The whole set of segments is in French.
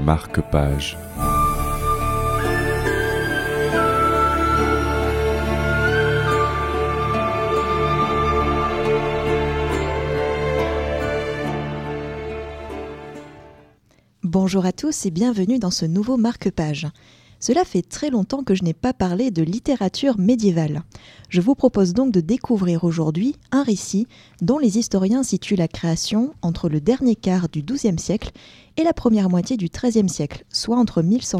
marque-page. Bonjour à tous et bienvenue dans ce nouveau marque-page. Cela fait très longtemps que je n'ai pas parlé de littérature médiévale. Je vous propose donc de découvrir aujourd'hui un récit dont les historiens situent la création entre le dernier quart du XIIe siècle et la première moitié du XIIIe siècle, soit entre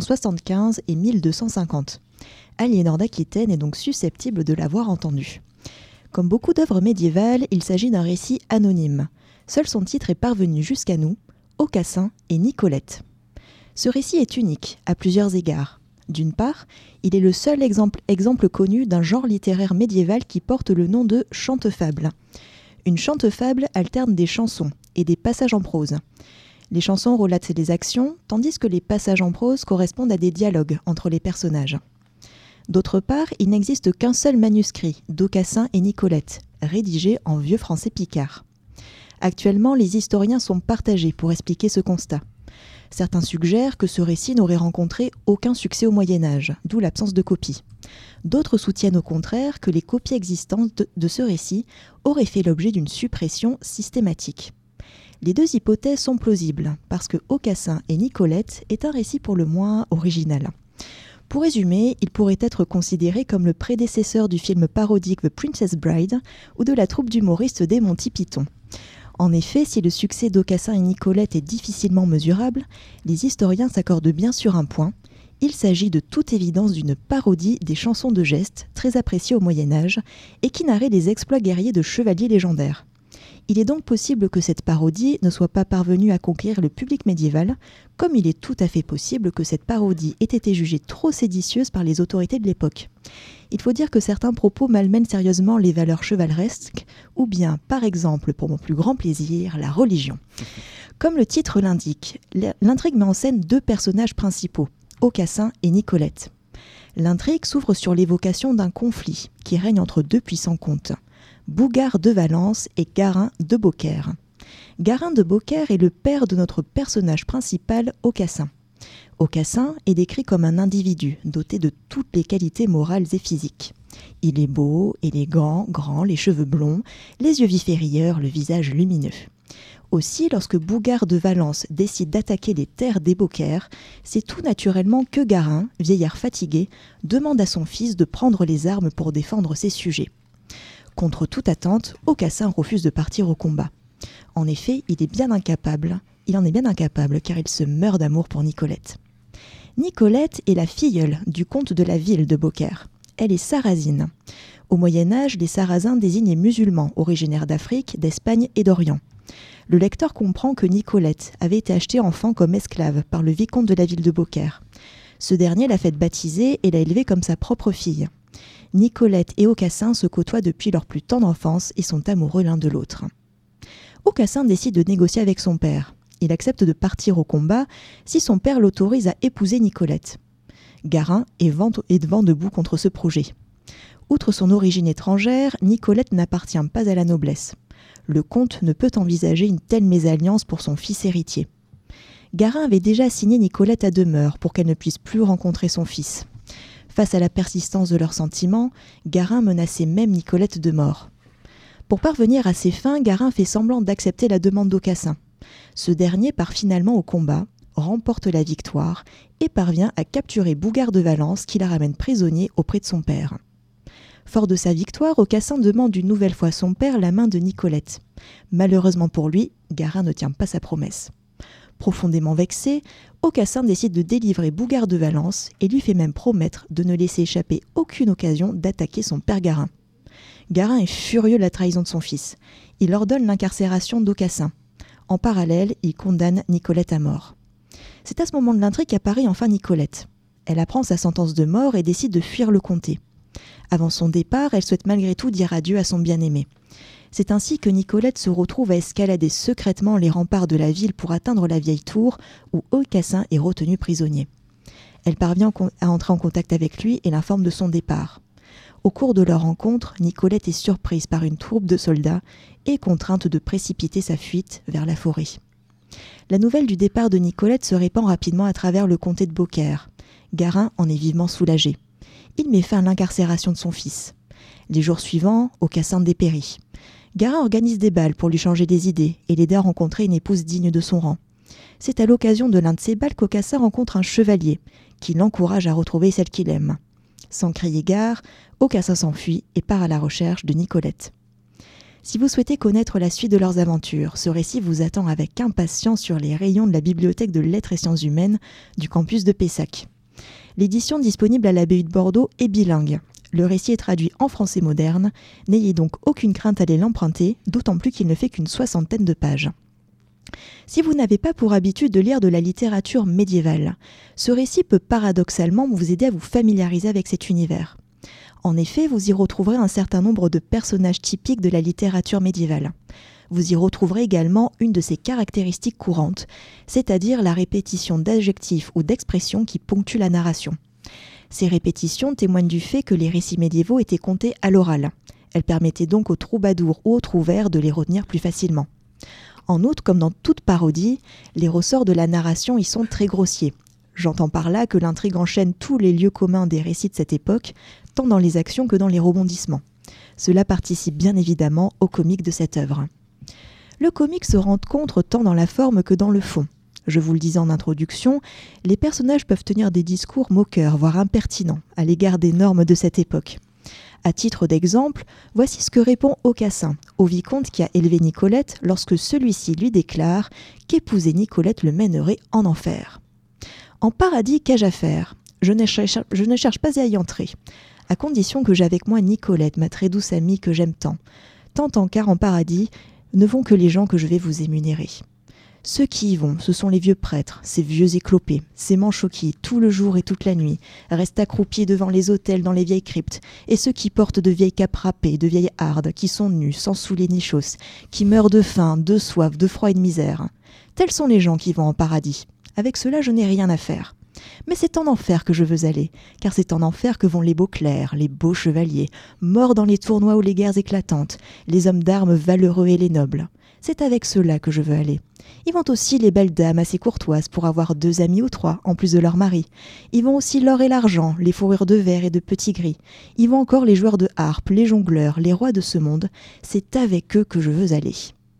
1175 et 1250. Aliénor d'Aquitaine est donc susceptible de l'avoir entendu. Comme beaucoup d'œuvres médiévales, il s'agit d'un récit anonyme. Seul son titre est parvenu jusqu'à nous, Aucassin et Nicolette. Ce récit est unique à plusieurs égards. D'une part, il est le seul exemple connu d'un genre littéraire médiéval qui porte le nom de chantefable. Une chantefable alterne des chansons et des passages en prose. Les chansons relatent des actions, tandis que les passages en prose correspondent à des dialogues entre les personnages. D'autre part, il n'existe qu'un seul manuscrit d'Aucassin et Nicolette, rédigé en vieux français picard. Actuellement, les historiens sont partagés pour expliquer ce constat. Certains suggèrent que ce récit n'aurait rencontré aucun succès au Moyen-Âge, d'où l'absence de copies. D'autres soutiennent au contraire que les copies existantes de ce récit auraient fait l'objet d'une suppression systématique. Les deux hypothèses sont plausibles, parce que Aucassin et Nicolette est un récit pour le moins original. Pour résumer, il pourrait être considéré comme le prédécesseur du film parodique The Princess Bride ou de la troupe d'humoristes des Monty Python. En effet, si le succès d'Aucassin et Nicolette est difficilement mesurable, les historiens s'accordent bien sur un point. Il s'agit de toute évidence d'une parodie des chansons de geste, très appréciées au Moyen-Âge, et qui narrait les exploits guerriers de chevaliers légendaires. Il est donc possible que cette parodie ne soit pas parvenue à conquérir le public médiéval, comme il est tout à fait possible que cette parodie ait été jugée trop séditieuse par les autorités de l'époque. Il faut dire que certains propos malmènent sérieusement les valeurs chevaleresques, ou bien, par exemple, pour mon plus grand plaisir, la religion. Comme le titre l'indique, l'intrigue met en scène deux personnages principaux, Aucassin et Nicolette. L'intrigue s'ouvre sur l'évocation d'un conflit qui règne entre deux puissants comtes, Bougard de Valence et Garin de Beaucaire. Garin de Beaucaire est le père de notre personnage principal, Aucassin. Aucassin est décrit comme un individu doté de toutes les qualités morales et physiques. Il est beau, élégant, grand, les cheveux blonds, les yeux vifs et rieurs, le visage lumineux. Aussi, lorsque Bougard de Valence décide d'attaquer les terres des Beaucaire, c'est tout naturellement que Garin, vieillard fatigué, demande à son fils de prendre les armes pour défendre ses sujets. Contre toute attente, Aucassin refuse de partir au combat. En effet, il en est bien incapable car il se meurt d'amour pour Nicolette. Nicolette est la filleule du comte de la ville de Beaucaire. Elle est sarrasine. Au Moyen-Âge, les Sarrasins désignent les musulmans originaires d'Afrique, d'Espagne et d'Orient. Le lecteur comprend que Nicolette avait été achetée enfant comme esclave par le vicomte de la ville de Beaucaire. Ce dernier l'a fait baptiser et l'a élevée comme sa propre fille. Nicolette et Aucassin se côtoient depuis leur plus tendre enfance et sont amoureux l'un de l'autre. Aucassin décide de négocier avec son père. Il accepte de partir au combat si son père l'autorise à épouser Nicolette. Garin est vent debout contre ce projet. Outre son origine étrangère, Nicolette n'appartient pas à la noblesse. Le comte ne peut envisager une telle mésalliance pour son fils héritier. Garin avait déjà assigné Nicolette à demeure pour qu'elle ne puisse plus rencontrer son fils. Face à la persistance de leurs sentiments, Garin menaçait même Nicolette de mort. Pour parvenir à ses fins, Garin fait semblant d'accepter la demande d'Aucassin. Ce dernier part finalement au combat, remporte la victoire et parvient à capturer Bougard de Valence qui la ramène prisonnier auprès de son père. Fort de sa victoire, Aucassin demande une nouvelle fois à son père la main de Nicolette. Malheureusement pour lui, Garin ne tient pas sa promesse. Profondément vexé, Aucassin décide de délivrer Bougard de Valence et lui fait même promettre de ne laisser échapper aucune occasion d'attaquer son père Garin. Garin est furieux de la trahison de son fils. Il ordonne l'incarcération d'Aucassin. En parallèle, il condamne Nicolette à mort. C'est à ce moment de l'intrigue qu'apparaît enfin Nicolette. Elle apprend sa sentence de mort et décide de fuir le comté. Avant son départ, elle souhaite malgré tout dire adieu à son bien-aimé. C'est ainsi que Nicolette se retrouve à escalader secrètement les remparts de la ville pour atteindre la vieille tour où Aucassin est retenu prisonnier. Elle parvient à entrer en contact avec lui et l'informe de son départ. Au cours de leur rencontre, Nicolette est surprise par une troupe de soldats et contrainte de précipiter sa fuite vers la forêt. La nouvelle du départ de Nicolette se répand rapidement à travers le comté de Beaucaire. Garin en est vivement soulagé. Il met fin à l'incarcération de son fils. Les jours suivants, Aucassin dépérit. Garin organise des bals pour lui changer des idées et l'aider à rencontrer une épouse digne de son rang. C'est à l'occasion de l'un de ces bals qu'Aucassin rencontre un chevalier qui l'encourage à retrouver celle qu'il aime. Sans crier gare, Aucassin s'enfuit et part à la recherche de Nicolette. Si vous souhaitez connaître la suite de leurs aventures, ce récit vous attend avec impatience sur les rayons de la Bibliothèque de Lettres et Sciences Humaines du campus de Pessac. L'édition disponible à l'abbaye de Bordeaux est bilingue. Le récit est traduit en français moderne, n'ayez donc aucune crainte à aller l'emprunter, d'autant plus qu'il ne fait qu'une 60aine de pages. Si vous n'avez pas pour habitude de lire de la littérature médiévale, ce récit peut paradoxalement vous aider à vous familiariser avec cet univers. En effet, vous y retrouverez un certain nombre de personnages typiques de la littérature médiévale. Vous y retrouverez également une de ses caractéristiques courantes, c'est-à-dire la répétition d'adjectifs ou d'expressions qui ponctuent la narration. Ces répétitions témoignent du fait que les récits médiévaux étaient contés à l'oral. Elles permettaient donc aux troubadours ou aux trouvères de les retenir plus facilement. En outre, comme dans toute parodie, les ressorts de la narration y sont très grossiers. J'entends par là que l'intrigue enchaîne tous les lieux communs des récits de cette époque, tant dans les actions que dans les rebondissements. Cela participe bien évidemment au comique de cette œuvre. Le comique se rencontre tant dans la forme que dans le fond. Je vous le disais en introduction, les personnages peuvent tenir des discours moqueurs, voire impertinents, à l'égard des normes de cette époque. À titre d'exemple, voici ce que répond Aucassin au vicomte qui a élevé Nicolette lorsque celui-ci lui déclare qu'épouser Nicolette le mènerait en enfer. « En paradis, qu'ai-je à faire ? Je ne cherche pas à y entrer, à condition que j'ai avec moi Nicolette, ma très douce amie que j'aime tant. Tant en car en paradis ne vont que les gens que je vais vous énumérer. Ceux qui y vont, ce sont les vieux prêtres, ces vieux éclopés, ces manchots qui, tout le jour et toute la nuit, restent accroupis devant les autels dans les vieilles cryptes, et ceux qui portent de vieilles capes râpées, de vieilles hardes, qui sont nus, sans soulets ni chausses, qui meurent de faim, de soif, de froid et de misère. Tels sont les gens qui vont en paradis. Avec cela, je n'ai rien à faire. Mais c'est en enfer que je veux aller, car c'est en enfer que vont les beaux clercs, les beaux chevaliers, morts dans les tournois ou les guerres éclatantes, les hommes d'armes valeureux et les nobles. C'est avec ceux-là que je veux aller. Ils vont aussi les belles dames assez courtoises pour avoir 2 amis ou 3, en plus de leur mari. Ils vont aussi l'or et l'argent, les fourrures de verre et de petits gris. Ils vont encore les joueurs de harpe, les jongleurs, les rois de ce monde. C'est avec eux que je veux aller.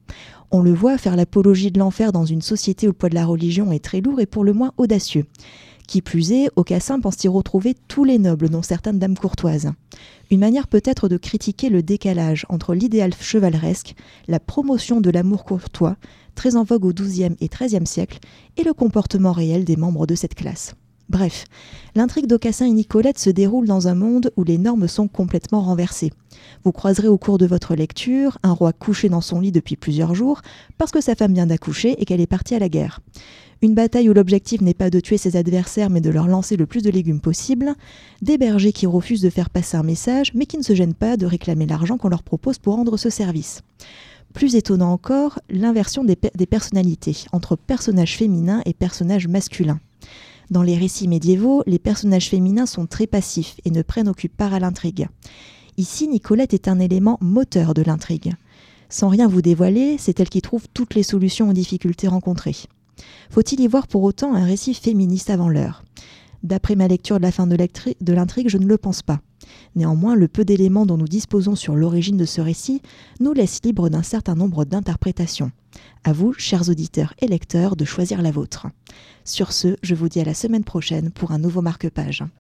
On le voit faire l'apologie de l'enfer dans une société où le poids de la religion est très lourd et pour le moins audacieux. Qui plus est, Aucassin pense y retrouver tous les nobles, dont certaines dames courtoises. Une manière peut-être de critiquer le décalage entre l'idéal chevaleresque, la promotion de l'amour courtois, très en vogue au XIIe et XIIIe siècle, et le comportement réel des membres de cette classe. Bref, l'intrigue d'Aucassin et Nicolette se déroule dans un monde où les normes sont complètement renversées. Vous croiserez au cours de votre lecture un roi couché dans son lit depuis plusieurs jours parce que sa femme vient d'accoucher et qu'elle est partie à la guerre. Une bataille où l'objectif n'est pas de tuer ses adversaires mais de leur lancer le plus de légumes possible, des bergers qui refusent de faire passer un message mais qui ne se gênent pas de réclamer l'argent qu'on leur propose pour rendre ce service. Plus étonnant encore, l'inversion des personnalités entre personnages féminins et personnages masculins. Dans les récits médiévaux, les personnages féminins sont très passifs et ne prennent aucune part à l'intrigue. Ici, Nicolette est un élément moteur de l'intrigue. Sans rien vous dévoiler, c'est elle qui trouve toutes les solutions aux difficultés rencontrées. Faut-il y voir pour autant un récit féministe avant l'heure ? D'après ma lecture de la fin de l'intrigue, je ne le pense pas. Néanmoins, le peu d'éléments dont nous disposons sur l'origine de ce récit nous laisse libre d'un certain nombre d'interprétations. À vous, chers auditeurs et lecteurs, de choisir la vôtre. Sur ce, je vous dis à la semaine prochaine pour un nouveau marque-page.